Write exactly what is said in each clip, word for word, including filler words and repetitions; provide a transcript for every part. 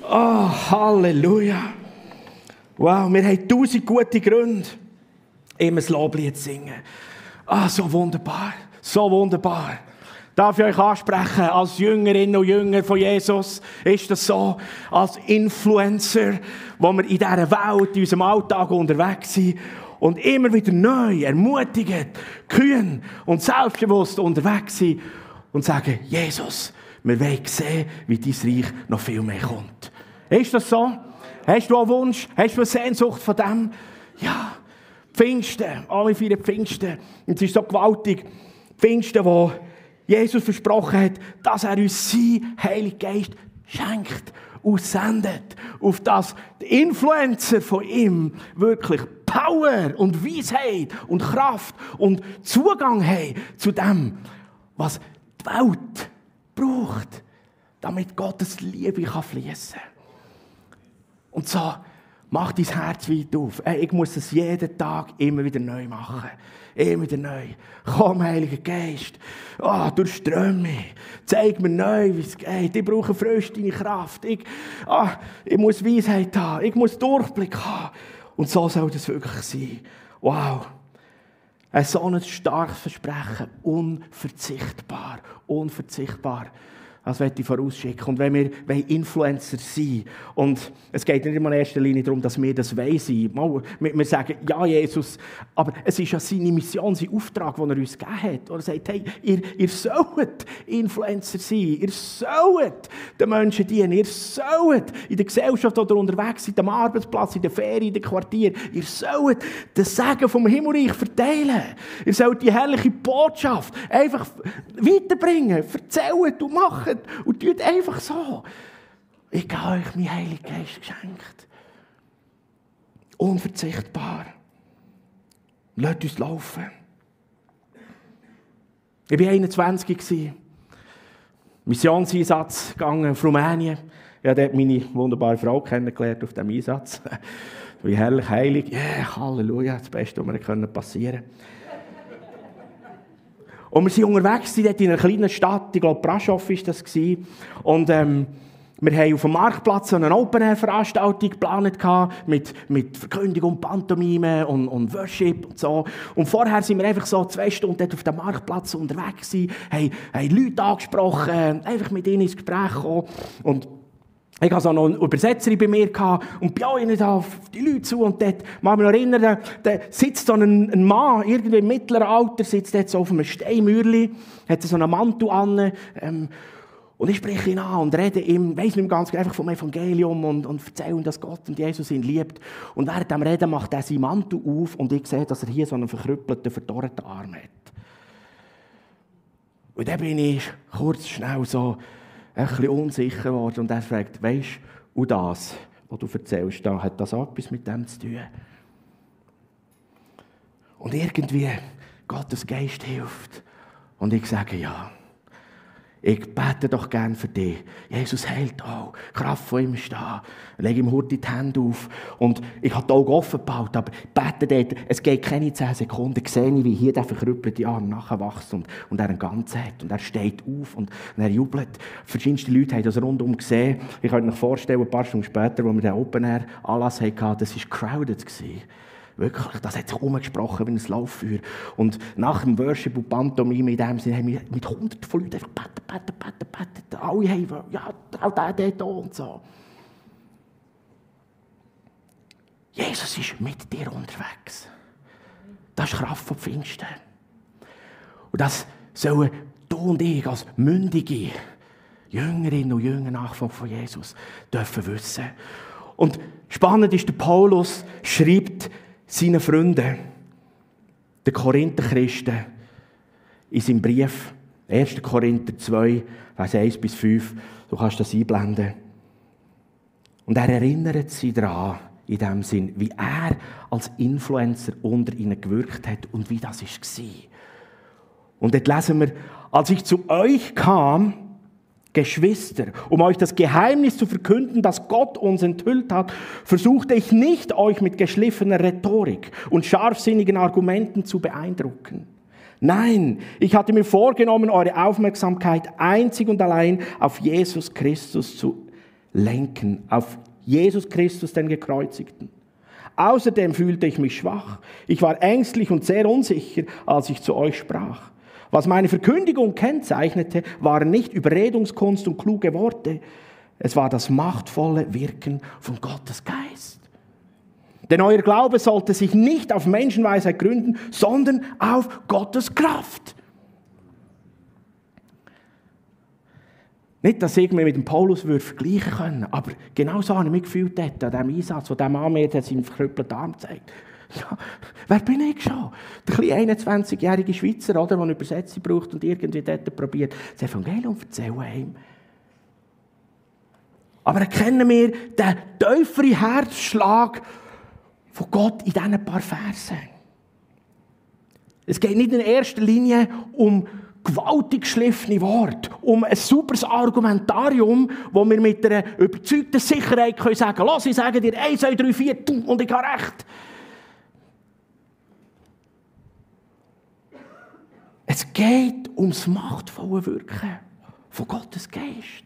Oh, Halleluja. Wow, wir haben tausend gute Gründe, immer das Loblied zu singen. Ah, so wunderbar, so wunderbar. Darf ich euch ansprechen, als Jüngerinnen und Jünger von Jesus, ist das so, als Influencer, wo wir in dieser Welt, in unserem Alltag unterwegs sind und immer wieder neu, ermutigend, kühn und selbstbewusst unterwegs sind und sagen, Jesus, wir wollen sehen, wie dein Reich noch viel mehr kommt. Ist das so? Hast du einen Wunsch? Hast du eine Sehnsucht von dem? Ja. Pfingsten, alle vier Pfingsten. Und es ist so gewaltig. Pfingsten, wo Jesus versprochen hat, dass er uns seinen Heiligen Geist schenkt, aussendet, auf das die Influencer von ihm wirklich Power und Weisheit und Kraft und Zugang haben zu dem, was die Welt braucht, damit Gottes Liebe fließen kann. Und so, mach dein Herz weit auf. Ich muss es jeden Tag immer wieder neu machen. Immer wieder neu. Komm, Heiliger Geist. Oh, durchström mich. Zeig mir neu, wie es geht. Ich brauche frisch deine Kraft. Ich, oh, ich muss Weisheit haben. Ich muss Durchblick haben. Und so soll das wirklich sein. Wow. Ein so ein starkes Versprechen. Unverzichtbar. Unverzichtbar. Das möchte ich vorausschicken. Und wenn wir Influencer sind, und es geht nicht immer in erster Linie darum, dass wir das sein wollen. Wir sagen, ja, Jesus, aber es ist ja seine Mission, sein Auftrag, den er uns gegeben hat. Und er sagt, hey, ihr, ihr sollt Influencer sein. Ihr sollt den Menschen dienen. Ihr sollt in der Gesellschaft oder unterwegs sein, am Arbeitsplatz, in der Ferien, in den Quartieren. Ihr sollt den Segen vom Himmelreich verteilen. Ihr sollt die herrliche Botschaft einfach weiterbringen, erzählen und machen. Und tut einfach so. Ich habe euch meinen Heiligen Geist geschenkt. Unverzichtbar. Lasst uns laufen. Ich war einundzwanzig. Missionseinsatz gegangen auf Rumänien. Ich habe dort meine wunderbare Frau kennengelernt auf diesem Einsatz. Wie herrlich, heilig. Ja, yeah, Halleluja, das Beste, was mir passieren konnte. Und wir sind unterwegs, dort in einer kleinen Stadt, ich glaube, Brasov war das. Und ähm, wir haben auf dem Marktplatz eine Open-Air-Veranstaltung geplant mit, mit Verkündigung, Pantomime und, und Worship und so. Und vorher sind wir einfach so zwei Stunden dort auf dem Marktplatz unterwegs gewesen, haben, haben Leute angesprochen, einfach mit ihnen ins Gespräch gekommen. Und ich hatte so noch eine Übersetzerin bei mir und bei ihnen da auf die Leute zu. Und dort, mal mich noch erinnern, da sitzt so ein, ein Mann, irgendwie im mittleren Alter, sitzt dort so auf einem Steinmauerli, hat so einen Mantel an. Ähm, und ich spreche ihn an und rede ihm, weiss nicht mehr ganz genau, einfach vom Evangelium und, und erzähle ihm, dass Gott und Jesus ihn liebt. Und während dem Reden macht er seinen Mantel auf und ich sehe, dass er hier so einen verkrüppelten, verdorrten Arm hat. Und dann bin ich kurz, schnell so ein bisschen unsicher geworden und er fragt, weisst du, und das, was du erzählst, da hat das auch etwas mit dem zu tun? Und irgendwie, Gottes Geist hilft. Und ich sage, ja, ich bete doch gern für dich. Jesus heilt auch. Die Kraft von ihm ist da. Ich lege ihm heute die Hände auf. Und ich habe die Augen offen gebaut, aber ich bete dort. Es geht keine zehn Sekunden. Ich sehe, wie hier der verkrüppelte Arm nachwächst und, und er einen Ganzen hat. Und er steht auf und, und er jubelt. Verschiedenste Leute haben das rundum gesehen. Ich kann mir vorstellen, ein paar Stunden später, als wir den Open-Air-Anlass hatten, das war crowded. Wirklich, das hat sich umgesprochen wie ein Lauffeuer. Und nach dem Worship und Pantomime in dem Sinne haben wir mit hunderten von Leuten einfach beten, beten, beten, beten. Alle haben, ja, auch der, der, der und so. Jesus ist mit dir unterwegs. Das ist Kraft von Pfingsten. Und das sollen du und ich als mündige Jüngerinnen und Jünger, Nachfolger von Jesus, dürfen wissen. Und spannend ist, der Paulus schreibt seinen Freunden, den Korinther-Christen, in seinem Brief, erster Korinther zwei, Vers eins bis fünf, du kannst das einblenden. Und er erinnert sie daran, in dem Sinn, wie er als Influencer unter ihnen gewirkt hat und wie das war. Und dort lesen wir, als ich zu euch kam, Geschwister, um euch das Geheimnis zu verkünden, das Gott uns enthüllt hat, versuchte ich nicht, euch mit geschliffener Rhetorik und scharfsinnigen Argumenten zu beeindrucken. Nein, ich hatte mir vorgenommen, eure Aufmerksamkeit einzig und allein auf Jesus Christus zu lenken, auf Jesus Christus, den Gekreuzigten. Außerdem fühlte ich mich schwach. Ich war ängstlich und sehr unsicher, als ich zu euch sprach. Was meine Verkündigung kennzeichnete, waren nicht Überredungskunst und kluge Worte. Es war das machtvolle Wirken von Gottes Geist. Denn euer Glaube sollte sich nicht auf Menschenweisheit gründen, sondern auf Gottes Kraft. Nicht, dass ich mich mit dem Paulus würde vergleichen können, aber genau so habe ich mich gefühlt dort, an diesem Einsatz, wo der Mann mir seinen verkrüppelten Arm zeigt. Ja, wer bin ich schon? Der kleine einundzwanzigjährige Schweizer, oder, der eine Übersetzung braucht und irgendwie dort probiert, das Evangelium erzählen ihm. Aber erkennen wir den tieferen Herzschlag von Gott in diesen paar Versen. Es geht nicht in erster Linie um gewaltig geschliffene Worte, um ein sauberes Argumentarium, wo wir mit einer überzeugten Sicherheit können sagen können, «Lass, ich sage dir eins, zwei, drei, vier, und ich habe recht.» Es geht ums machtvolle Wirken von Gottes Geist.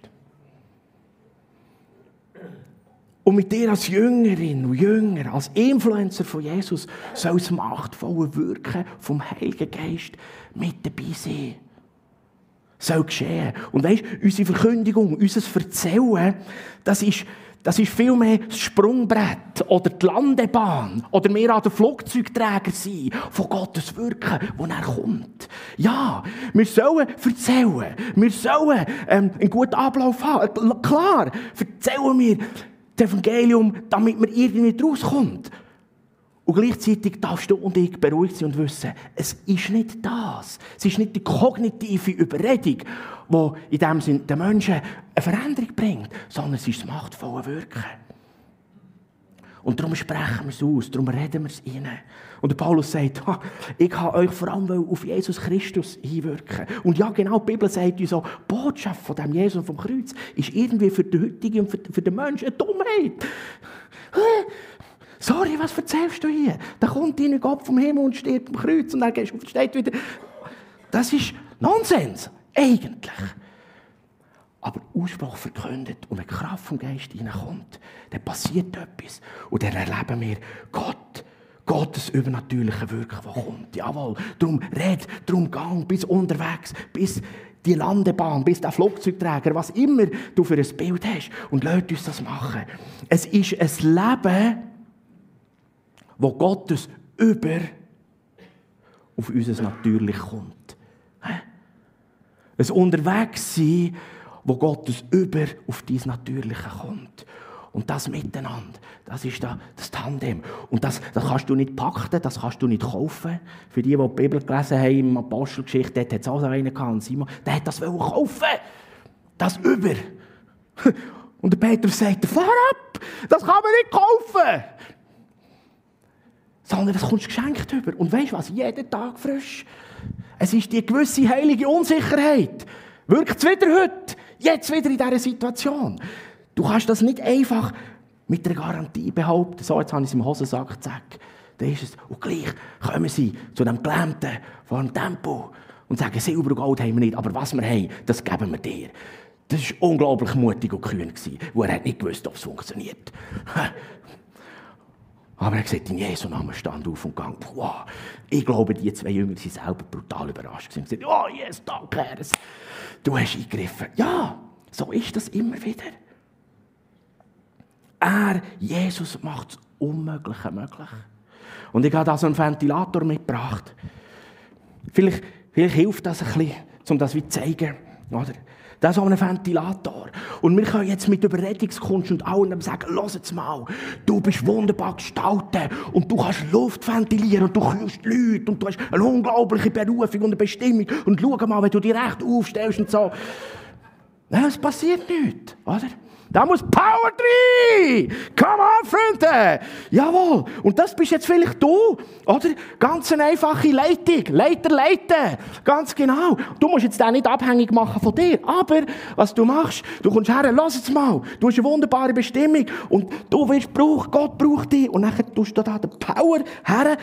Und mit dir als Jüngerin und Jünger, als Influencer von Jesus, soll das machtvolle Wirken vom Heiligen Geist mit dabei sein. Soll geschehen. Und weisst, unsere Verkündigung, unser Erzählen, das ist, das ist viel mehr das Sprungbrett oder die Landebahn oder mehr an der Flugzeugträger sein von Gottes Wirken, wo er kommt. Ja, wir sollen erzählen. Wir sollen ähm, einen guten Ablauf haben. Klar, erzählen wir das Evangelium, damit man irgendwie rauskommt. Und gleichzeitig darfst du und ich beruhigt sein und wissen, es ist nicht das. Es ist nicht die kognitive Überredung, die in dem Sinne den Menschen eine Veränderung bringt, sondern es ist das machtvolle Wirken. Und darum sprechen wir es aus, darum reden wir es rein. Und der Paulus sagt, ich habe euch vor allem auf Jesus Christus hinwirken. Und ja, genau, die Bibel sagt uns auch, die Botschaft von dem Jesus vom Kreuz ist irgendwie für die heutige und für, für den Menschen eine Dummheit. Sorry, was erzählst du hier? Da kommt dein Gott vom Himmel und steht am Kreuz und dann gehst du und steht wieder. Das ist Nonsens, eigentlich. Aber Ausspruch verkündet und wenn die Kraft vom Geist hineinkommt, dann passiert etwas. Und dann erleben wir Gott, Gottes übernatürliche Wirken, das kommt. Jawohl, darum red, darum gang, bis unterwegs, bis die Landebahn, bis der Flugzeugträger, was immer du für ein Bild hast. Und lass uns das machen. Es ist ein Leben, wo Gottes über auf unser Natürlich kommt. Ein Unterwegssein, wo Gottes über auf dein Natürliche kommt. Und das Miteinander, das ist das Tandem. Und das, das kannst du nicht packen, das kannst du nicht kaufen. Für die, die die Bibel gelesen haben, in der Apostelgeschichte, dort hat es auch einen gehabt, Simon, der hat das kaufen. Das über. Und der Petrus sagt, fahr ab, das kann man nicht kaufen. Sondern das kommst geschenkt über. Und weisst du was? Jeden Tag frisch. Es ist die gewisse heilige Unsicherheit. Wirkt es wieder heute? Jetzt wieder in dieser Situation. Du kannst das nicht einfach mit einer Garantie behaupten. So, jetzt habe ich es im Hosensack, zack. Da ist es. Und gleich kommen sie zu dem Gelähmten vor dem Tempo und sagen, Silber und Gold haben wir nicht, aber was wir haben, das geben wir dir. Das war unglaublich mutig und kühn, weil er nicht gewusst, ob es funktioniert. Aber er hat gesagt, in Jesu Namen stand auf und gang. Wow. Ich glaube, die zwei Jünger sind selber brutal überrascht. Sie haben gesagt, oh yes, danke, Herr. Du hast eingegriffen. Ja, so ist das immer wieder. Er, Jesus, macht das Unmögliche möglich. Und ich habe da so einen Ventilator mitgebracht. Vielleicht, vielleicht hilft das ein bisschen, um das zu zeigen. Oder? Das ist auch ein Ventilator. Und wir können jetzt mit Überredungskunst und allem sagen, hör jetzt mal, du bist wunderbar gestaltet und du kannst Luft ventilieren und du kühlst Leute und du hast eine unglaubliche Berufung und eine Bestimmung und schau mal, wenn du dich recht aufstellst und so. Nein, es passiert nichts, oder? Da muss Power drin! Come on, Freunde! Jawohl! Und das bist jetzt vielleicht du, oder? Ganz eine einfache Leitung. Leiter, leiten. Ganz genau. Du musst jetzt den nicht abhängig machen von dir. Aber, was du machst, du kommst her, lass es mal. Du hast eine wunderbare Bestimmung. Und du wirst gebraucht, Gott braucht dich. Und dann tust du da den Power her.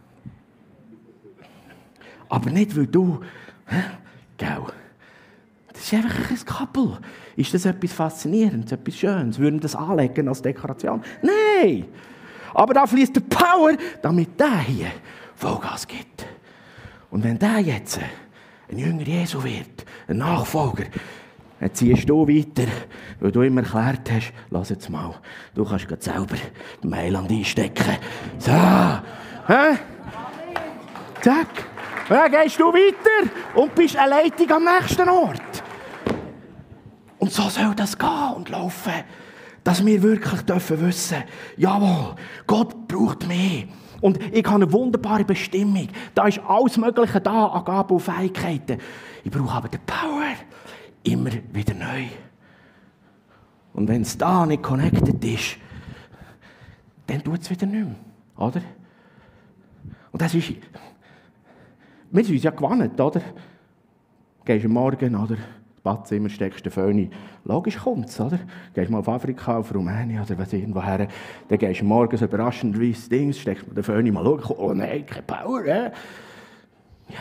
Aber nicht, weil du, gell? Das ist einfach ein Kabel. Ist das etwas Faszinierendes, etwas Schönes? Würden wir das anlegen als Dekoration? Nein! Aber da fließt die Power, damit der hier Vollgas gibt. Und wenn der jetzt ein Jünger Jesu wird, ein Nachfolger, dann ziehst du weiter, weil du ihm erklärt hast, lass jetzt mal, du kannst gerade selber den Mailand einstecken. So, hä? Zack. Und dann gehst du weiter und bist eine Leitung am nächsten Ort. Und so soll das gehen und laufen, dass wir wirklich dürfen wissen, jawohl, Gott braucht mehr. Und ich habe eine wunderbare Bestimmung. Da ist alles Mögliche da an Gaben und Fähigkeiten. Ich brauche aber die Power immer wieder neu. Und wenn es da nicht connected ist, dann tut es wieder nicht mehr, oder? Und das ist... Wir sind uns ja gewandt, oder? Gehst am Morgen, oder? Das Badzimmer steckst den Föhn. Logisch kommt es, oder? Gehst mal auf Afrika, auf Rumänien oder was irgendwo her. Dann gehst du morgens überraschenderweise Dings, steckst den Föhn mal schauen. Oh nein, keine Power, äh? Ja.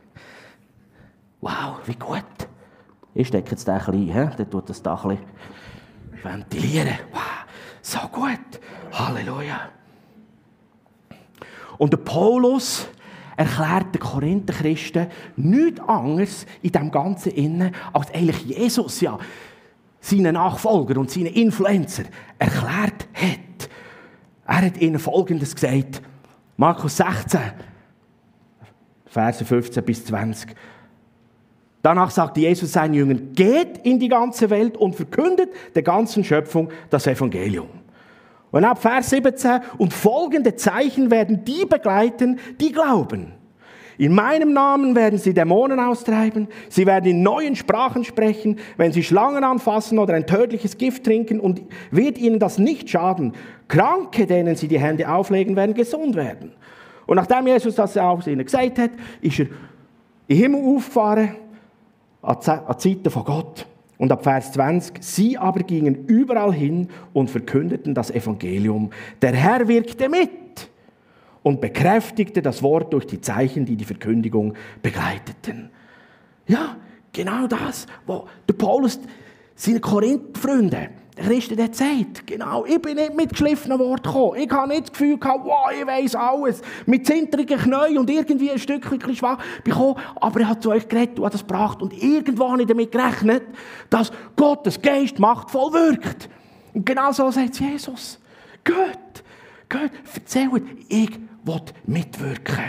Wow, wie gut. Ich stecke jetzt den ein bisschen ein, dann tut das da ein bisschen ventilieren. Wow, so gut. Halleluja. Und der Paulus erklärt den Korinther-Christen nichts anderes in diesem Ganzen Innen, als eigentlich Jesus ja seinen Nachfolger und seinen Influencer erklärt hat. Er hat ihnen Folgendes gesagt. Markus sechzehn, Verse fünfzehn bis zwanzig. Danach sagte Jesus seinen Jüngern, geht in die ganze Welt und verkündet der ganzen Schöpfung das Evangelium. Und ab Vers siebzehn, und folgende Zeichen werden die begleiten, die glauben. In meinem Namen werden sie Dämonen austreiben, sie werden in neuen Sprachen sprechen, wenn sie Schlangen anfassen oder ein tödliches Gift trinken, und wird ihnen das nicht schaden. Kranke, denen sie die Hände auflegen, werden gesund werden. Und nachdem Jesus das auch ihnen gesagt hat, ist er in den Himmel aufgefahren, an die Seite von Gott. Und ab Vers zwanzig, sie aber gingen überall hin und verkündeten das Evangelium. Der Herr wirkte mit und bekräftigte das Wort durch die Zeichen, die die Verkündigung begleiteten. Ja, genau das, was der Paulus seinen Korinth-Freunden, der Christen, der sagt, genau, ich bin nicht mit geschliffenen Worten gekommen. Ich habe nicht das Gefühl gehabt, wow, ich weiss alles. Mit zittrigen Knien und irgendwie ein Stückchen schwach bekommen. Aber ich habe zu euch geredet und habe das gebracht. Und irgendwo habe ich damit gerechnet, dass Gottes Geist machtvoll wirkt. Und genau so sagt Jesus. Geht, geht, erzählt, ich will mitwirken.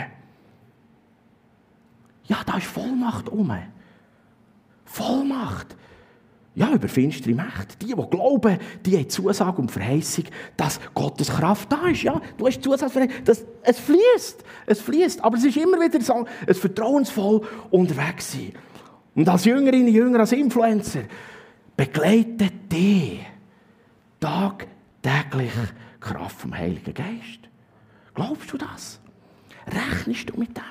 Ja, da ist Vollmacht um. Vollmacht. Ja, über finstere Mächte. Die, die glauben, die haben Zusage und Verheißung, dass Gottes Kraft da ist. Ja, du hast Zusage, dass es fließt. Es fließt. Aber es ist immer wieder so, ein vertrauensvoll unterwegs sein. Und als Jüngerinnen und Jünger, als Influencer, begleitet dich tagtäglich die Kraft vom Heiligen Geist. Glaubst du das? Rechnest du mit dem?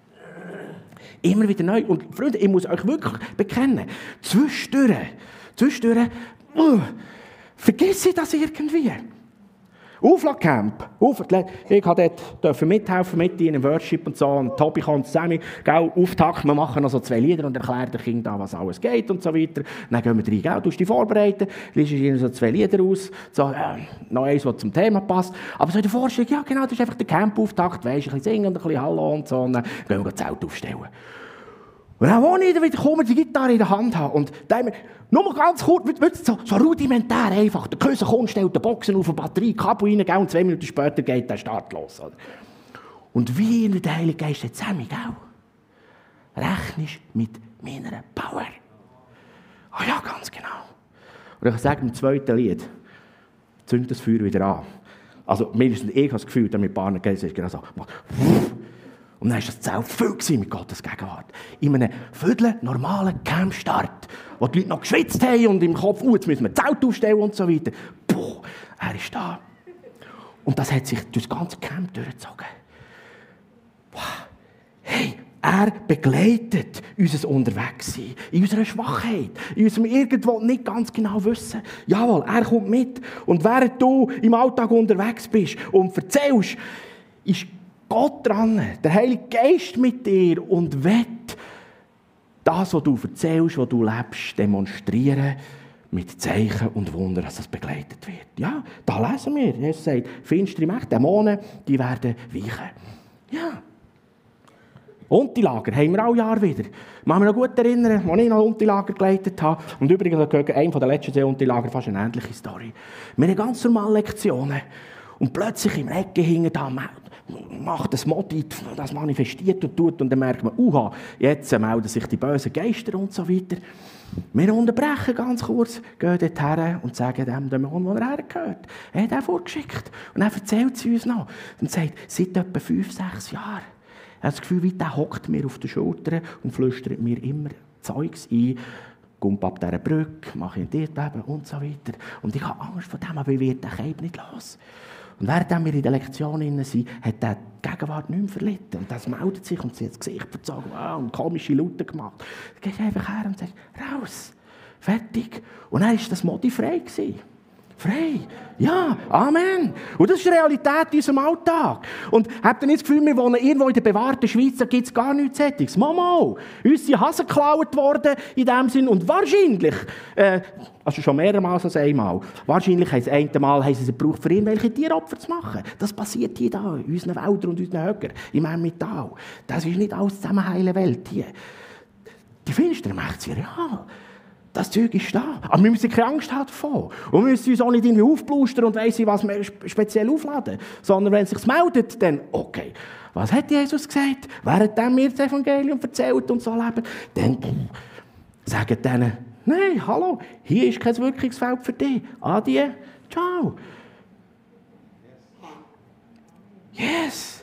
Immer wieder neu. Und Freunde, ich muss euch wirklich bekennen, zwischendurch, zwischendurch, uh, vergiss ich das irgendwie. Auflagcamp, ich durfte dort mithelfen, mit in einem Worship und so, und Tobi kommt zusammen, gell, Auftakt, wir machen noch so zwei Lieder und erklären den Kindern, was alles geht und so weiter. Dann gehen wir rein, gell, du musst dich vorbereiten, liest ihnen so zwei Lieder aus, so, äh, noch eins, das zum Thema passt. Aber so in der Vorstellung, ja genau, das ist einfach der Camp-Auftakt, weisst, ein bisschen singen und ein bisschen Hallo und so, und dann gehen wir das Zelt aufstellen. Und dann, als ich wieder komme, die Gitarre in der Hand habe, und dann haben wir, nur mal ganz kurz, so, so rudimentär einfach, der Köser kommt, stellt die Boxen auf die Batterie, Kabel rein, gell, und zwei Minuten später geht der Start los. Oder? Und wie in der Heilige Geist sagt, Sammy, gell, rechnest mit meiner Power. Ah ja, ganz genau. Und ich sage im zweiten Lied, zündet das Feuer wieder an. Also mindestens ich habe das Gefühl, damit Bahnen geht, ist genau so. Und dann war das Zelt voll mit Gottes Gegenwart. In einem viertel normalen Campstart, wo die Leute noch geschwitzt haben und im Kopf, oh, jetzt müssen wir ein Zelt aufstellen und so weiter. Puh, er ist da. Und das hat sich durch das ganze Camp durchgezogen. Wow. Hey, er begleitet unser Unterwegssein, in unserer Schwachheit, in unserem irgendwo nicht ganz genau wissen. Jawohl, er kommt mit. Und während du im Alltag unterwegs bist und erzählst, ist Gott dran, der Heilige Geist mit dir und will, das, was du erzählst, was du lebst, demonstrieren mit Zeichen und Wunder, dass das begleitet wird. Ja, da lesen wir. Jesus sagt, finstere Mächte, Dämonen, die werden weichen. Ja. Untilager haben wir alle Jahre wieder. Ich kann mich noch gut erinnern, als ich noch Untilager geleitet habe. Und übrigens, einer der letzten Untilager, fast eine ähnliche Story. Wir haben ganz normale Lektionen. Und plötzlich im Ecke hinten da macht das Modi, das manifestiert und tut. Und dann merkt man, uha, jetzt melden sich die bösen Geister und so weiter. Wir unterbrechen ganz kurz, gehen dort her und sagen dem Dämon, wo er hergehört. Er hat ihn vorgeschickt. Und dann erzählt sie uns noch. Und sagt, seit etwa fünf, sechs Jahren. Ich habe das Gefühl, wie der hockt mir auf den Schultern und flüstert mir immer Zeugs ein. Kommt ab dieser Brücke, mache ich dir Leben und so weiter. Und ich habe Angst vor dem, aber ich werde den Keib nicht los. Und während wir in der Lektion drin sind, hat er die Gegenwart nicht mehr verlitten. Und das meldet sich und sie hat das Gesicht verzogen wow, und komische Laute gemacht. Dann gehst du einfach her und sagst, raus, fertig. Und dann war das Modi frei gewesen. Frei. Ja, Amen. Und das ist Realität in unserem Alltag. Und habt ihr nicht das Gefühl, wir wohnen irgendwo in der bewahrten Schweiz, da gibt es gar nichts Sättiges. Mama, uns sind Hasen geklaut worden in dem Sinn. Und wahrscheinlich, äh, also schon mehrmals als einmal, wahrscheinlich haben sie ein Mal haben sie es gebraucht, für irgendwelche Tieropfer zu machen. Das passiert hier da, in unseren Wäldern und unseren Höckern, im Emmental. Das ist nicht alles zusammen heile Welt hier. Die finsteren Mächte sind real. Das Zeug ist da. Aber wir müssen keine Angst haben davon. Und wir müssen uns auch nicht irgendwie aufblustern und weiss ich, was wir speziell aufladen. Sondern wenn es sich meldet, dann okay. Was hat Jesus gesagt? Während wir das Evangelium erzählt und so leben, dann sagen denen, nein, hallo, hier ist kein Wirkungsfeld für dich. Adieu, ciao. Yes.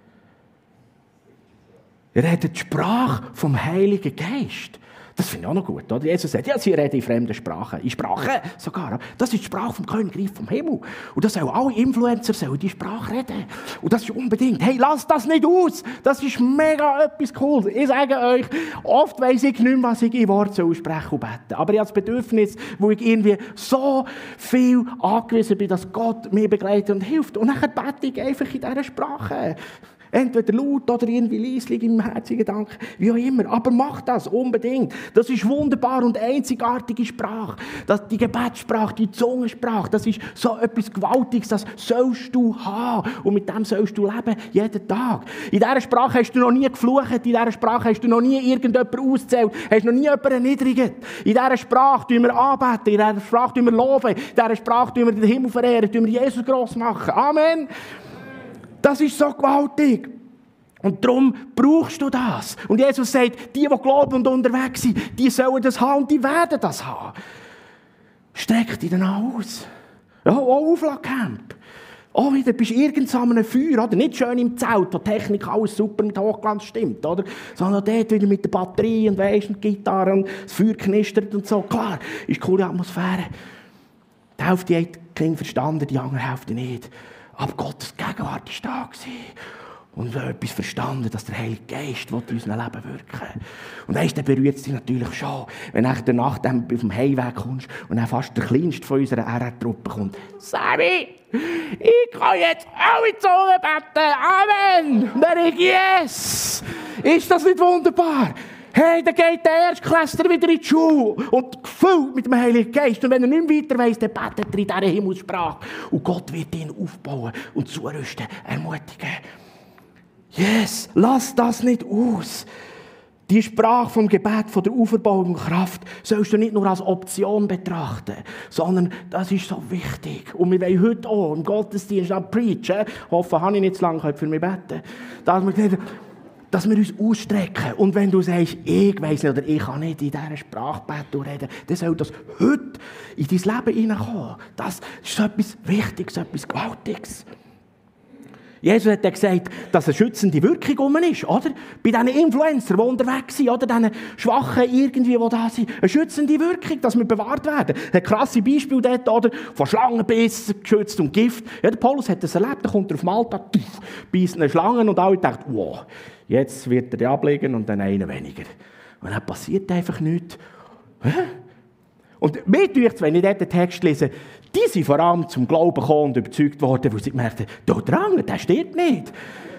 Er redet die Sprache vom Heiligen Geist. Das finde ich auch noch gut. Oder? Jesus sagt, ja, sie reden in fremden Sprachen. In Sprachen sogar. Das ist die Sprache vom Königreich vom Himmel. Und das sollen alle Influencer sollen die Sprache reden. Und das ist unbedingt. Hey, lasst das nicht aus. Das ist mega etwas Cooles. Ich sage euch, oft weiss ich nicht mehr, was ich in Worte aussprechen und beten. Aber ich habe das Bedürfnis, wo ich irgendwie so viel angewiesen bin, dass Gott mich begleitet und hilft. Und dann bete ich einfach in dieser Sprache. Entweder laut oder irgendwie leislich im herzigen Gedanken, wie auch immer. Aber mach das unbedingt. Das ist wunderbar und einzigartige Sprache. Das, die Gebetssprache, die Zungensprache, das ist so etwas Gewaltiges, das sollst du haben. Und mit dem sollst du leben, jeden Tag. In dieser Sprache hast du noch nie geflucht, in dieser Sprache hast du noch nie irgendjemanden ausgezählt, hast noch nie jemanden erniedrigt. In dieser Sprache tun wir anbeten, in dieser Sprache tun wir loben, in dieser Sprache tun wir den Himmel verehren, tun wir Jesus gross machen. Amen. Das ist so gewaltig. Und darum brauchst du das. Und Jesus sagt, die, die glauben und unterwegs sind, die sollen das haben und die werden das haben. Streck dich dann aus. Ja, auch Auflagcamp. Auch wieder bist du irgendwo an einem Feuer, oder? Nicht schön im Zelt, wo die Technik alles super mit Hochglanz stimmt, oder? Sondern dort wieder mit der Batterie und weisst, und Gitarre und das Feuer knistert und so. Klar, ist eine coole Atmosphäre. Die Hälfte hat klingt verstanden, die andere Hälfte nicht. Aber Gottes Gegenwart war da. Und wir haben etwas verstanden, dass der Heilige Geist in unserem Leben wirken. Und weisst, dann berührt es dich natürlich schon, wenn du nach dem auf dem Heimweg kommst und dann fast der Kleinste von unserer R R-Truppe kommt. Sammy, ich kann jetzt alle Zungen beten. Amen. Und dann sage ich, yes. Ist das nicht wunderbar? Hey, dann geht der Erstklässler wieder in die Schule und gefüllt mit dem Heiligen Geist. Und wenn er nicht mehr weiter weiss, dann betet er in dieser Himmelssprache. Und Gott wird ihn aufbauen und zurüsten, ermutigen. Yes, lass das nicht aus. Die Sprache vom Gebet, von der Auferbauung und Kraft, sollst du nicht nur als Option betrachten, sondern das ist so wichtig. Und wir wollen heute auch im Gottesdienst auch preachen. Hoffe, habe ich nicht zu lange für mich beten. Dass wir, dass wir uns ausstrecken. Und wenn du sagst, ich weiss nicht oder ich kann nicht in dieser Sprache beten und reden, dann soll das heute in dein Leben hineinkommen. Das ist so etwas Wichtiges, so etwas Gewaltiges. Jesus hat gesagt, dass eine schützende Wirkung um ist, oder? Bei diesen Influencern, die unterwegs sind, oder? Diesen Schwachen irgendwie, die da sind. Eine schützende Wirkung, dass wir bewahrt werden. Ein krasses Beispiel dort, oder? Von Schlangenbissen geschützt und Gift. Ja, der Paulus hat das erlebt, da kommt er auf Malta, beißt eine Schlange und alle denken, wow, jetzt wird er die ablegen und dann einen weniger. Und dann passiert einfach nichts. Hä? Und mir tut es, wenn ich dort den Text lese, die sind vor allem zum Glauben gekommen und überzeugt worden, weil sie gemerkt haben, der Drang, der stirbt nicht.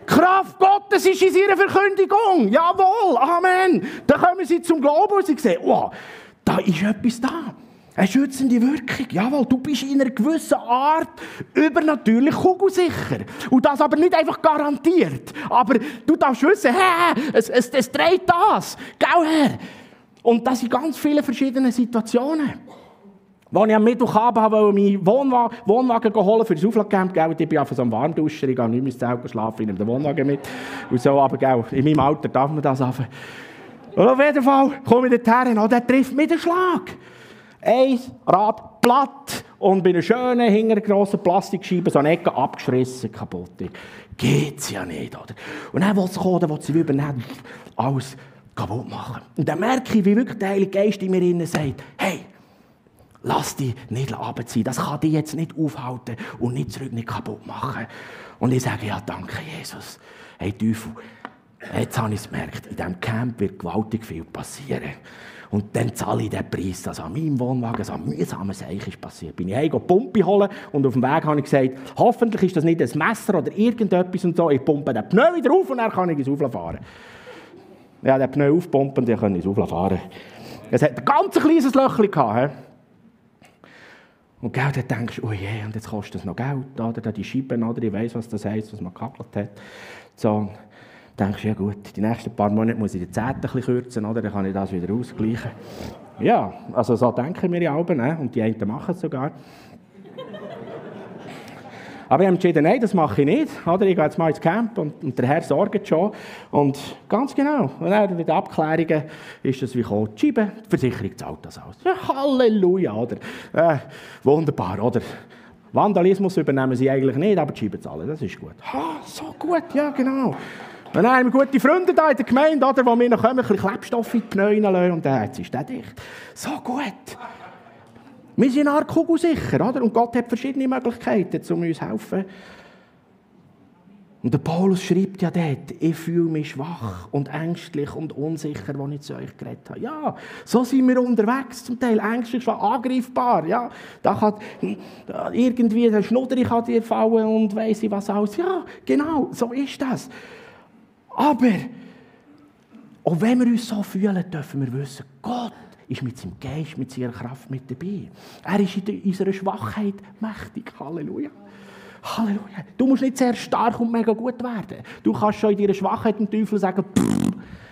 Kraft Gottes ist in ihrer Verkündigung. Jawohl, Amen. Dann kommen sie zum Glauben und sie sehen, wow, da ist etwas da. Eine schützende Wirkung. Jawohl, du bist in einer gewissen Art übernatürlich kugelsicher. Und das aber nicht einfach garantiert. Aber du darfst wissen, hä, es, es, es dreht das. Gell, Herr? Und das sind ganz viele verschiedene Situationen. Als ich am Mittwochabend wollte meinen Wohnwagen, Wohnwagen holen für das Auflagcamp, gell, ich bin ja von so einem Warmduscher, ich gehe nicht mehr ins Zelt schlafen, ich nehme den Wohnwagen mit. Und so, aber gell, in meinem Alter darf man das haben. Und auf jeden Fall komme ich dorthin und der trifft mich den Schlag. Ein Rad platt und bei einer schönen, hinter einer grossen Plastikscheibe so eine Ecke abgeschrissen, kaputt. Geht's ja nicht, oder? Und dann will sie kommen, dann will sie übernehmen, alles kaputt machen. Und dann merke ich, wie wirklich der Heilige Geist in mir innen sagt, hey, lass dich nicht runterziehen, das kann dich jetzt nicht aufhalten und nicht zurück nicht kaputt machen. Und ich sage, ja, danke, Jesus. Hey, Teufel, jetzt habe ich es gemerkt, in diesem Camp wird gewaltig viel passieren. Und dann zahle ich den Preis, dass an meinem Wohnwagen so ein mühsames Seich ist passiert. Bin ich heim, die Pumpe holen und auf dem Weg habe ich gesagt, hoffentlich ist das nicht ein Messer oder irgendetwas und so. Ich pumpe den Pneu wieder auf und dann kann ich ins Aufladen fahren. Ja, den Pneu aufpumpen und dann kann ich ins Aufladen fahren. Es hat ein ganz kleines Löchchen gehabt. Und gell, dann denkst du, oh je, und jetzt kostet das noch Geld, oder die Scheiben, oder ich weiss, was das heisst, was man gekackelt hat. So, dann denkst du, ja gut, die nächsten paar Monate muss ich die Zehnte ein bisschen kürzen, oder? Dann kann ich das wieder ausgleichen. Ja, also so denken wir ja alle, ne? Und die einen machen es sogar. Aber ich habe entschieden, nein, das mache ich nicht. Oder? Ich gehe jetzt mal ins Camp und, und der Herr sorgt schon. Und ganz genau, und dann mit den Abklärungen ist das wie gekommen. Die Scheibe, die Versicherung zahlt das aus. Ja, Halleluja, oder? Äh, wunderbar, oder? Vandalismus übernehmen sie eigentlich nicht, aber die Scheibe zahlen, das ist gut. Ha, so gut, ja genau. Und dann haben wir gute Freunde da in der Gemeinde, oder, die mir noch kommen, ein bisschen Klebstoff in die Pneu reinlassen und dann jetzt ist der dicht. So gut. Wir sind eine Art kugelsicher, oder? Und Gott hat verschiedene Möglichkeiten, um uns zu helfen. Und der Paulus schreibt ja dort, ich fühle mich schwach und ängstlich und unsicher, als ich zu euch geredet habe. Ja, so sind wir unterwegs, zum Teil ängstlich, schwach, angreifbar. Ja, da kann irgendwie der Schnudder kann dir fallen und weiss ich was alles. Ja, genau, so ist das. Aber, auch wenn wir uns so fühlen, dürfen wir wissen, Gott ist mit seinem Geist, mit seiner Kraft mit dabei. Er ist in unserer Schwachheit mächtig. Halleluja. Halleluja. Du musst nicht sehr stark und mega gut werden. Du kannst schon in deiner Schwachheit dem Teufel sagen, pfff.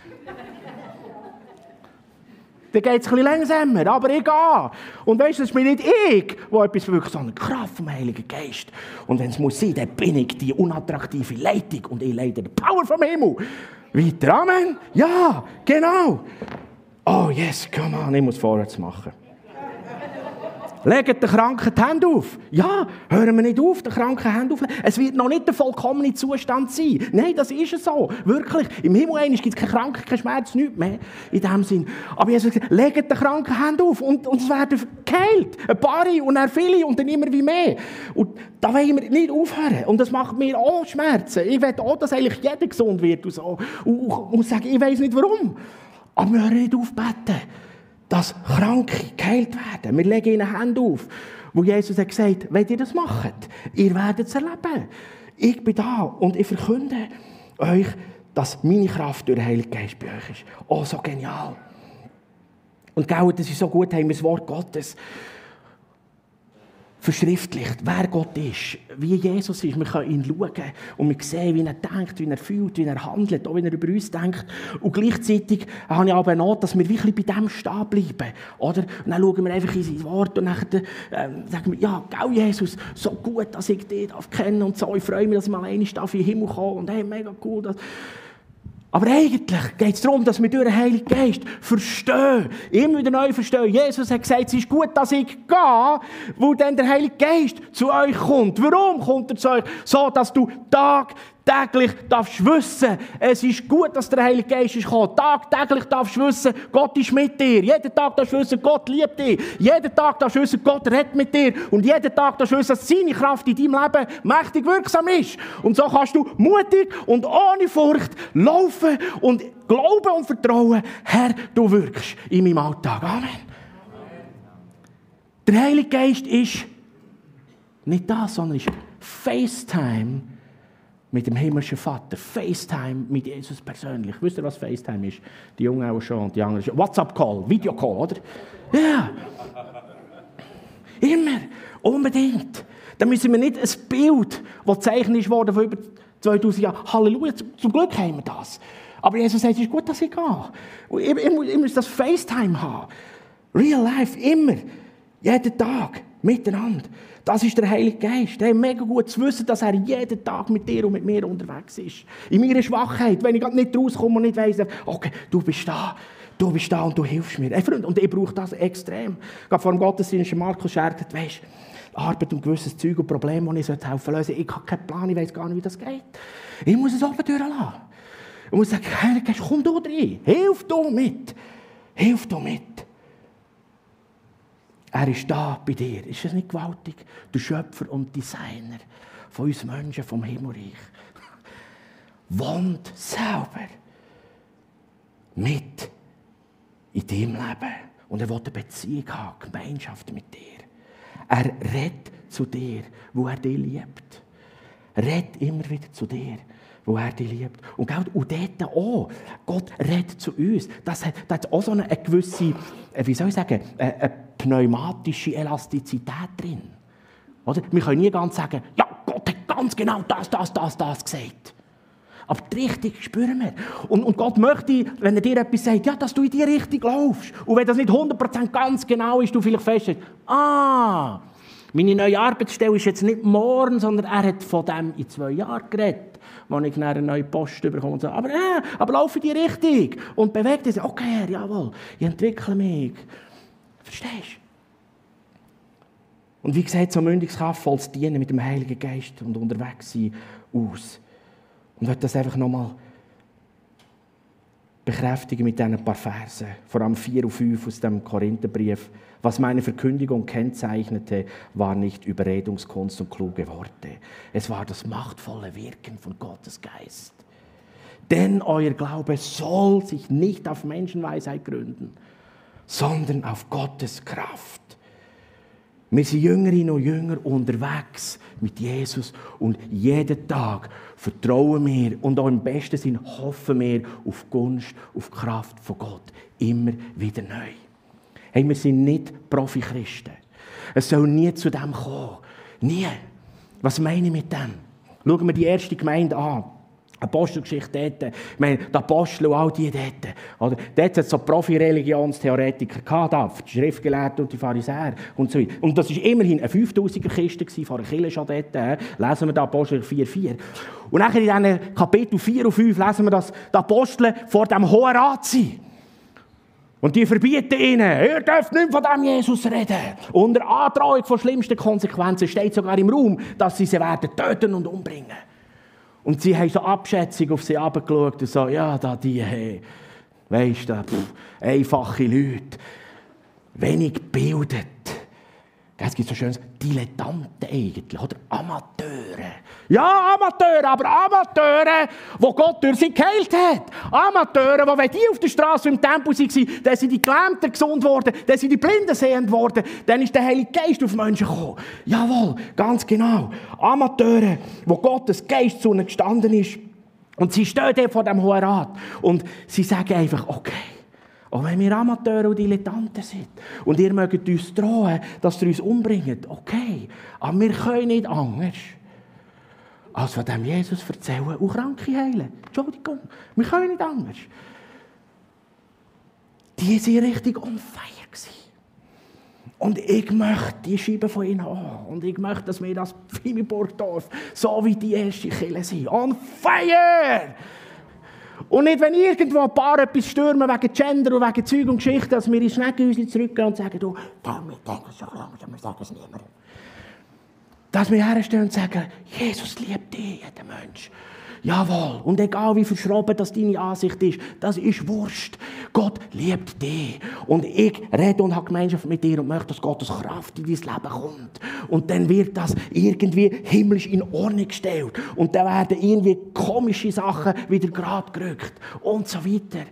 Dann geht es ein bisschen langsamer, aber ich gehe. Und weißt du, das ist mir nicht ich, der etwas wirkt, sondern die Kraft vom Heiligen Geist. Und wenn es muss sein, dann bin ich die unattraktive Leitung und ich leite die Power vom Himmel. Weiter, Amen? Ja, genau. Oh yes, come on, ich muss vorwärts machen. Legt den Kranken die Hände auf. Ja, hören wir nicht auf, den Kranken die Hände auflegen. Es wird noch nicht der vollkommene Zustand sein. Nein, das ist es so. Wirklich. Im Himmel gibt es keine Krankheit, keinen Schmerz, nichts mehr. In dem Sinn. Aber Jesus sagt, legt den Kranken die Hände auf und, und es werden geheilt. Ein paar und dann viele und dann immer wie mehr. Und da wollen wir nicht aufhören. Und das macht mir auch Schmerzen. Ich will auch, dass eigentlich jeder gesund wird und so. Und, und, und sagen, ich weiss nicht warum. Aber wir hören nicht aufbeten, dass Kranke geheilt werden. Wir legen ihnen Hände auf, wo Jesus hat gesagt, wenn ihr das macht, ihr werdet es erleben. Ich bin da und ich verkünde euch, dass meine Kraft durch den Heiligen Geist bei euch ist. Oh, so genial. Und genau, das ist so gut, haben wir das Wort Gottes verschriftlicht, wer Gott ist, wie Jesus ist. Wir können ihn schauen und wir sehen, wie er denkt, wie er fühlt, wie er handelt, auch wie er über uns denkt. Und gleichzeitig habe ich aber noch, dass wir wirklich bei dem stehen bleiben. Oder? Und dann schauen wir einfach in sein Wort und dann ähm, sagen wir, ja, gell, Jesus, so gut, dass ich dich kennen und so. Ich freue mich, dass ich mal einmal in den Himmel komme und hey, mega cool. Dass Aber eigentlich geht es darum, dass wir durch den Heiligen Geist verstehen, immer wieder neu verstehen. Jesus hat gesagt, es ist gut, dass ich gehe, wo dann der Heilige Geist zu euch kommt. Warum kommt er zu euch? So, dass du tagtäglich darfst wissen, es ist gut, dass der Heilige Geist ist gekommen. Tagtäglich darfst du wissen, Gott ist mit dir. Jeden Tag darfst du wissen, Gott liebt dich. Jeden Tag darfst du wissen, Gott redet mit dir. Und jeden Tag darfst du wissen, dass seine Kraft in deinem Leben mächtig wirksam ist. Und so kannst du mutig und ohne Furcht laufen und glauben und vertrauen, Herr, du wirkst in meinem Alltag. Amen. Der Heilige Geist ist nicht das, sondern ist FaceTime mit dem himmlischen Vater. FaceTime mit Jesus persönlich. Wisst ihr, was FaceTime ist? Die Jungen auch schon und die anderen schon. WhatsApp-Call, Videocall, oder? Ja. Immer. Unbedingt. Dann müssen wir nicht ein Bild, das gezeichnet wurde von über zweitausend Jahren. Halleluja, zum Glück haben wir das. Aber Jesus sagt, es ist gut, dass ich gehe. Ich, ich, ich muss das FaceTime haben. Real life, immer. Jeden Tag. Miteinander. Das ist der Heilige Geist. Hey, mega gut zu wissen, dass er jeden Tag mit dir und mit mir unterwegs ist. In meiner Schwachheit, wenn ich nicht rauskomme und nicht weiss, okay, du bist da. Du bist da und du hilfst mir. Hey, Freund, und ich brauche das extrem. Gerade vor dem Gottesdienst, Markus Schergert, weisst Arbeit und gewisses Zeug und Probleme, die ich helfen lösen. Ich habe keinen Plan, ich weiss gar nicht, wie das geht. Ich muss es oben durchlassen. Ich muss sagen, Heilige Geist, komm du rein. Hilf du mit. Hilf du mit. Er ist da bei dir. Ist das nicht gewaltig? Der Schöpfer und Designer von uns Menschen vom Himmelreich. Wohnt selber mit in deinem Leben. Und er will eine Beziehung haben, Gemeinschaft mit dir. Er redet zu dir, wo er dich liebt. Er redet immer wieder zu dir, wo er dich liebt. Und, und dort auch, Gott redet zu uns. Das hat, das hat auch so eine, eine gewisse, wie soll ich sagen, eine, eine pneumatische Elastizität drin. Oder? Wir können nie ganz sagen, ja, Gott hat ganz genau das, das, das, das gesagt. Aber die Richtung spüren wir. Und, und Gott möchte, wenn er dir etwas sagt, ja, dass du in die Richtung laufst. Und wenn das nicht hundert Prozent ganz genau ist, du vielleicht feststellst, ah, meine neue Arbeitsstelle ist jetzt nicht morgen, sondern er hat von dem in zwei Jahren geredet, wo ich eine neue Post bekomme und so. Aber, äh, aber lauf in die Richtung und beweg dich. Okay, Herr, jawohl, ich entwickle mich. Verstehst du? Und wie gesagt, so mündiges kraftvolles Dienen mit dem Heiligen Geist und unterwegs sein aus. Und ich möchte das einfach nochmal bekräftigen mit diesen paar Versen, vor allem vier und fünf aus dem Korintherbrief. Was meine Verkündigung kennzeichnete, war nicht Überredungskunst und kluge Worte. Es war das machtvolle Wirken von Gottes Geist. Denn euer Glaube soll sich nicht auf Menschenweisheit gründen, sondern auf Gottes Kraft. Wir sind Jüngerinnen und Jünger unterwegs mit Jesus und jeden Tag vertrauen wir und auch im besten Sinn hoffen wir auf Gunst, auf die Kraft von Gott. Immer wieder neu. Hey, wir sind nicht Profi-Christen. Es soll nie zu dem kommen. Nie. Was meine ich mit dem? Schauen wir die erste Gemeinde an. Apostelgeschichte dort. Ich meine, die Apostel und all die dort. Oder? Dort hat es so Profi-Religionstheoretiker gehabt, die Schriftgelehrten und die Pharisäer und so weiter. Und das war immerhin eine fünftausiger-Kiste von einer Kirche schon dort. Äh. Lesen wir da Apostel vier, vier. Und nachher in diesen Kapitel vier und fünf lesen wir, dass die Apostel vor dem Hohen Rat sind. Und die verbieten ihnen, ihr dürft nicht von diesem Jesus reden. Unter Androhung von schlimmsten Konsequenzen steht sogar im Raum, dass sie sie werden töten und umbringen. Und sie haben so Abschätzung auf sie herabgeschaut und so, ja, da die, hey, weisst du, pff, einfache Leute, wenig gebildet. Es gibt so schönes Dilettanten eigentlich, oder Amateure. Ja, Amateure, aber Amateure, die Gott durch sie geheilt hat. Amateure, die, wenn die auf der Straße im Tempel waren, dann sind die Gelähmten gesund worden, dann sind die Blinden sehend worden, dann ist der Heilige Geist auf Menschen gekommen. Jawohl, ganz genau. Amateure, wo Gottes Geist zu ihnen gestanden ist. Und sie stehen dort vor dem Hohen Rat und sie sagen einfach, okay, auch wenn wir Amateure und Dilettanten sind und ihr mögt uns drohen, dass ihr uns umbringt, okay, aber wir können nicht anders, als von dem Jesus erzählen und Kranke heilen. Entschuldigung, wir können nicht anders. Die waren richtig on fire. Und ich möchte die Scheibe von ihnen haben. Und ich möchte, dass wir das Fimiburgdorf so wie die erste Kirche sind. On fire! Und nicht, wenn irgendwo ein paar etwas stürmen wegen Gender und wegen Zeug und Geschichten, dass wir in Schneckenhäuschen zurückgehen und sagen, du, damit denken so langsam, wir sagen es niemandem. Dass wir herstehen und sagen, Jesus liebt dich, jeden Mensch. Jawohl. Und egal wie verschroben das deine Ansicht ist, das ist Wurst. Gott liebt dich. Und ich rede und habe Gemeinschaft mit dir und möchte, dass Gottes Kraft in dein Leben kommt. Und dann wird das irgendwie himmlisch in Ordnung gestellt. Und dann werden irgendwie komische Sachen wieder gerade gerückt. Und so weiter.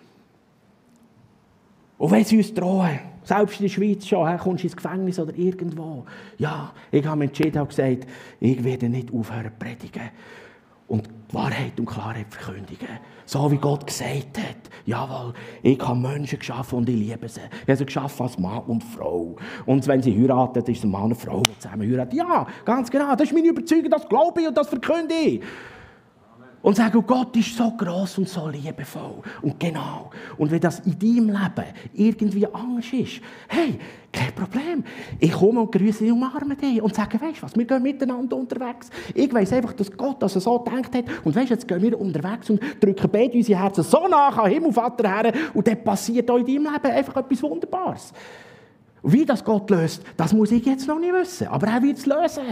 Und wenn sie uns drohen, selbst in der Schweiz schon, he, kommst du ins Gefängnis oder irgendwo. Ja, ich habe mich entschieden und gesagt, ich werde nicht aufhören zu predigen. und die Wahrheit und Klarheit verkündigen. So wie Gott gesagt hat. Jawohl, ich habe Menschen geschaffen und ich liebe sie. Ich habe sie geschaffen als Mann und Frau. Und wenn sie heiraten, ist es ein Mann und eine Frau, die zusammen heiraten. Ja, ganz genau. Das ist meine Überzeugung, das glaube ich und das verkünde ich. Und sagen, Gott ist so gross und so liebevoll. Und genau. Und wenn das in deinem Leben irgendwie Angst ist, hey, kein Problem. Ich komme und grüße dich, umarme dich und sage, weißt du was, wir gehen miteinander unterwegs. Ich weiss einfach, dass Gott das so gedacht hat. Und weißt du, jetzt gehen wir unterwegs und drücken beide unsere Herzen so nach an Himmelvater her. Und dann passiert auch in deinem Leben einfach etwas Wunderbares. Wie das Gott löst, das muss ich jetzt noch nicht wissen. Aber er wird es lösen.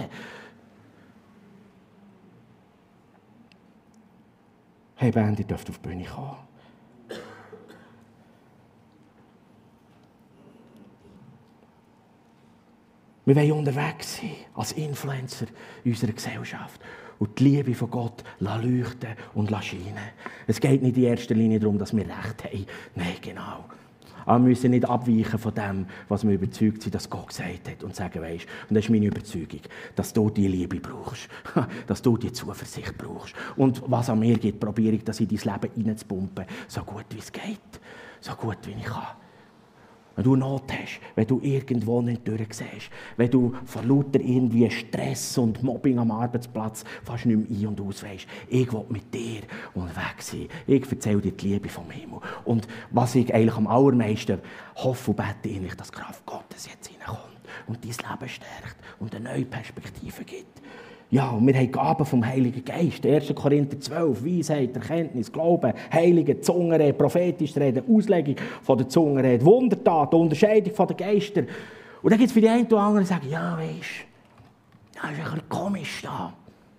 Hey Band, ihr dürft auf die Bühne kommen. Wir wollen unterwegs sein, als Influencer in unserer Gesellschaft. Und die Liebe von Gott leuchten und scheinen. Es geht nicht in erster Linie darum, dass wir Recht haben. Nein, genau. Aber wir müssen nicht abweichen von dem, was wir überzeugt sind, dass Gott gesagt hat. Und sagen, weisst, und das ist meine Überzeugung, dass du die Liebe brauchst. Dass du die Zuversicht brauchst. Und was an mir geht, probiere ich, das in dein Leben reinzupumpen. So gut, wie es geht. So gut, wie ich kann. Wenn du Not hast, wenn du irgendwo nicht durchsiehst, wenn du vor lauter irgendwie Stress und Mobbing am Arbeitsplatz fast nicht mehr ein- und aus weisst, ich will mit dir unterwegs sein. Ich erzähle dir die Liebe vom Himmel. Und was ich eigentlich am allermeisten hoffe und bete, ist, dass die Kraft Gottes jetzt hineinkommt und dein Leben stärkt und eine neue Perspektive gibt. Ja, und wir haben Gaben vom Heiligen Geist. erster Korinther zwölf, Weisheit, Erkenntnis, Glauben, Heilige, Zungenrede, prophetisches Reden, Auslegung von der Zungenrede, Wundertaten, Unterscheidung von den Geistern. Und dann gibt es für die einen oder anderen, die sagen, ja, weisst du, das ist ein bisschen komisch da.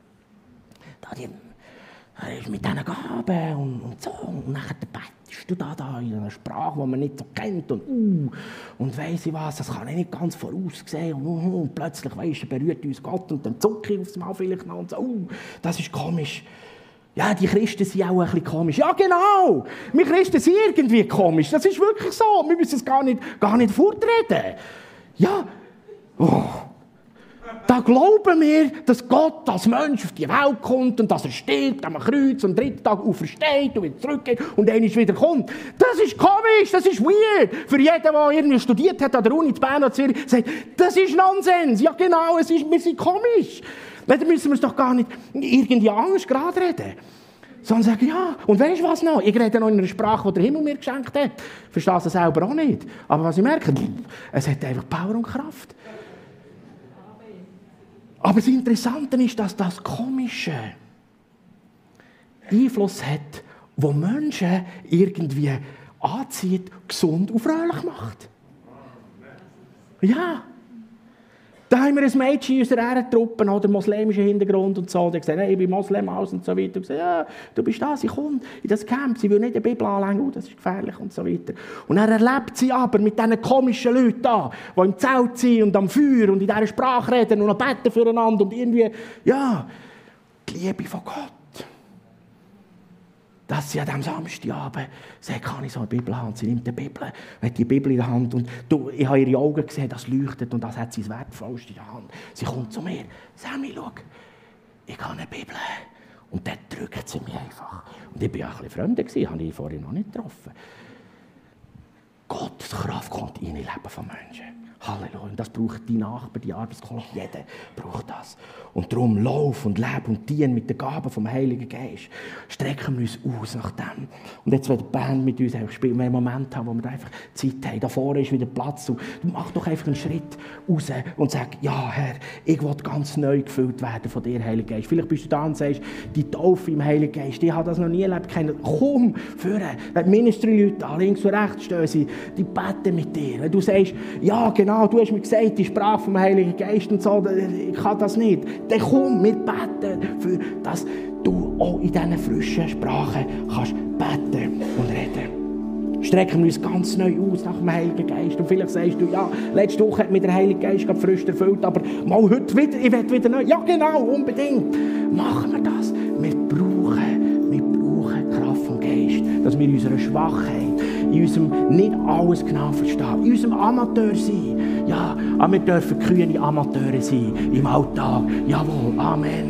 Da die, er ist mit diesen Gaben und, und so. Und dann betest du da, da in einer Sprache, die man nicht so kennt. Und, uh, und weiss ich was, das kann ich nicht ganz voraussehen. Und, uh, und plötzlich, weisst du, berührt uns Gott und dann zucke ich aufs Mal vielleicht noch. Und so, uh, das ist komisch. Ja, die Christen sind auch ein bisschen komisch. Ja, genau. Wir Christen sind irgendwie komisch. Das ist wirklich so. Wir müssen es gar nicht, gar nicht fortreden. Ja. Oh. Da glauben wir, dass Gott als Mensch auf die Welt kommt und dass er stirbt am Kreuz und am dritten Tag aufersteht und wieder zurückgeht und dann wieder kommt. Das ist komisch, das ist weird. Für jeden, der irgendwie studiert hat an der Uni in Bern oder Zürich, sagt, das ist Nonsens. Ja genau, es ist, wir sind komisch. Dann müssen wir es doch gar nicht irgendwie Angst gerade reden. Sondern sagen, ja, und weißt du was noch? Ich rede noch in einer Sprache, die der Himmel mir geschenkt hat. Ich verstehe es selber auch nicht. Aber was ich merke, es hat einfach Power und Kraft. Aber das Interessante ist, dass das Komische Einfluss hat, wo Menschen irgendwie anzieht, gesund und fröhlich macht. Ja. Da haben wir ein Mädchen in unserer Ehrentruppe, oder muslimischen Hintergrund und so. Und ich gesagt, hey, ich bin Moslem aus und so weiter. Und gesagt, ja, du bist da, sie kommt in das Camp, sie will nicht die Bibel anlegen, oh, das ist gefährlich und so weiter. Und dann erlebt sie aber mit diesen komischen Leuten da, die im Zelt sind und am Feuer und in dieser Sprache reden und noch beten füreinander und irgendwie, ja, die Liebe von Gott. Dass sie an diesem Samstagabend sagt, kann ich so eine Bibel haben? Und sie nimmt die Bibel, hat die Bibel in der Hand und du, ich habe ihre Augen gesehen, das leuchtet und das hat sie das Wertvollste in der Hand. Sie kommt zu mir, Sammy, schau, ich habe eine Bibel. Und dann drückt sie mich einfach. Und ich war auch ein bisschen fremd, habe ich vorhin noch nicht getroffen. Gottes Kraft kommt in das Leben von Menschen. Halleluja. Und das braucht die Nachbarn, die Arbeitskollegen, jeder braucht das. Und darum lauf und lebe und diene mit den Gaben vom Heiligen Geist. Strecken wir uns aus nach dem. Und jetzt wird die Band mit uns spielen. Wir einen Moment haben, wo wir einfach Zeit haben. Da vorne ist wieder Platz. Und du mach doch einfach einen Schritt raus und sag, ja Herr, ich will ganz neu gefüllt werden von dir, Heiliger Geist. Vielleicht bist du da und sagst, die Taufe im Heiligen Geist, ich habe das noch nie erlebt. Komm, führen. Die Ministry-Leute da links und rechts stehen sie, die beten mit dir. Wenn du sagst, ja genau, du hast mir gesagt, die Sprache vom Heiligen Geist und so, ich kann das nicht. Dann komm, wir beten, für, dass du auch in diesen frischen Sprachen kannst beten und reden. Strecken wir uns ganz neu aus nach dem Heiligen Geist. Und vielleicht sagst du, ja, letzte Woche hat mich der Heilige Geist gerade frisch erfüllt, aber mal heute wieder, ich will wieder neu. Ja genau, unbedingt. Machen wir das. Wir brauchen, wir brauchen Kraft vom Geist, dass wir in unserer Schwachheit, in unserem nicht alles genau verstehen, in unserem Amateur sein. Ja, aber wir dürfen kühne Amateure sein im Alltag. Jawohl, Amen.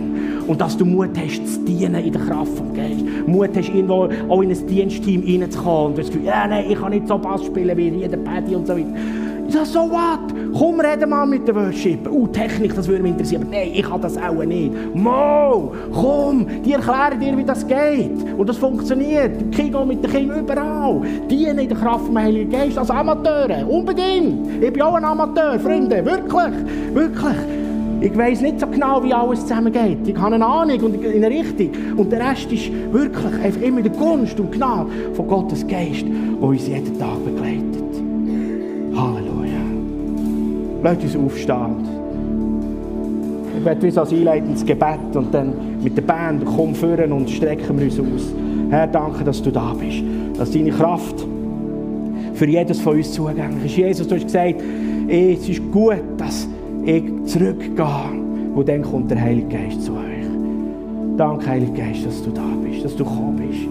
Und dass du Mut hast, zu dienen in der Kraft vom Geist. Mut hast, irgendwo auch in ein Dienstteam reinzukommen. Und du hast das Gefühl, ja, nein, ich kann nicht so Bass spielen wie jeder Paddy und so weiter. Ich sage, so what? Komm, reden mal mit den Worshipper. Oh, Technik, das würde mich interessieren. Aber nein, ich kann das auch nicht. Mo, komm, die erklären dir, wie das geht. Und das funktioniert. Die Kinder mit den Kindern überall. Dienen in der Kraft vom Heiligen Geist als Amateure. Unbedingt. Ich bin auch ein Amateur, Freunde. Wirklich, wirklich. Ich weiss nicht so genau, wie alles zusammengeht. Ich habe eine Ahnung und in eine Richtung. Und der Rest ist wirklich einfach immer die Gunst und Gnade von Gottes Geist, der uns jeden Tag begleitet. Halleluja. Lasst uns aufstehen. Ich werde uns als einleitendes Gebet und dann mit der Band komm führen und strecken wir uns aus. Herr, danke, dass du da bist. Dass deine Kraft für jedes von uns zugänglich ist. Jesus, du hast gesagt, es ist gut, dass ich zurückgehe. Und dann kommt der Heilige Geist zu euch. Danke, Heilige Geist, dass du da bist, dass du gekommen bist.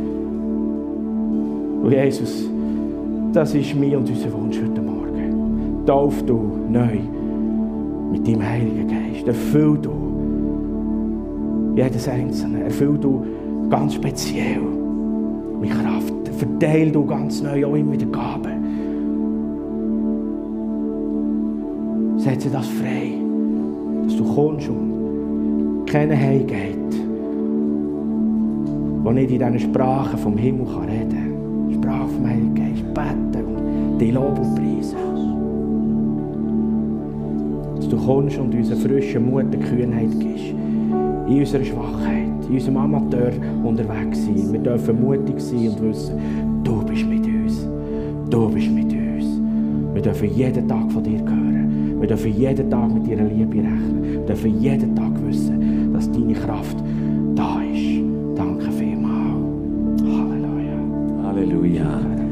Und Jesus, das ist mir und unser Wunsch heute Morgen. Tauf du neu mit deinem Heiligen Geist. Erfüll du jedes Einzelne. Erfüll du ganz speziell mit Kraft. Verteil du ganz neu auch immer wieder Gaben. Setze das frei, dass du kommst und keiner heimgeht, der nicht in diesen Sprachen vom Himmel kann reden kann. Sprache vom Heiligen Geist, beten und die Lob und preisen. Dass du kommst und uns frischen Mut und Kühnheit gibst. In unserer Schwachheit, in unserem Amateur unterwegs sein. Wir dürfen mutig sein und wissen, du bist mit uns. Du bist mit uns. Wir dürfen jeden Tag von dir hören. Wir dürfen jeden Tag mit deiner Liebe rechnen. Wir dürfen jeden Tag wissen, dass deine Kraft da ist. Danke vielmals. Halleluja. Halleluja.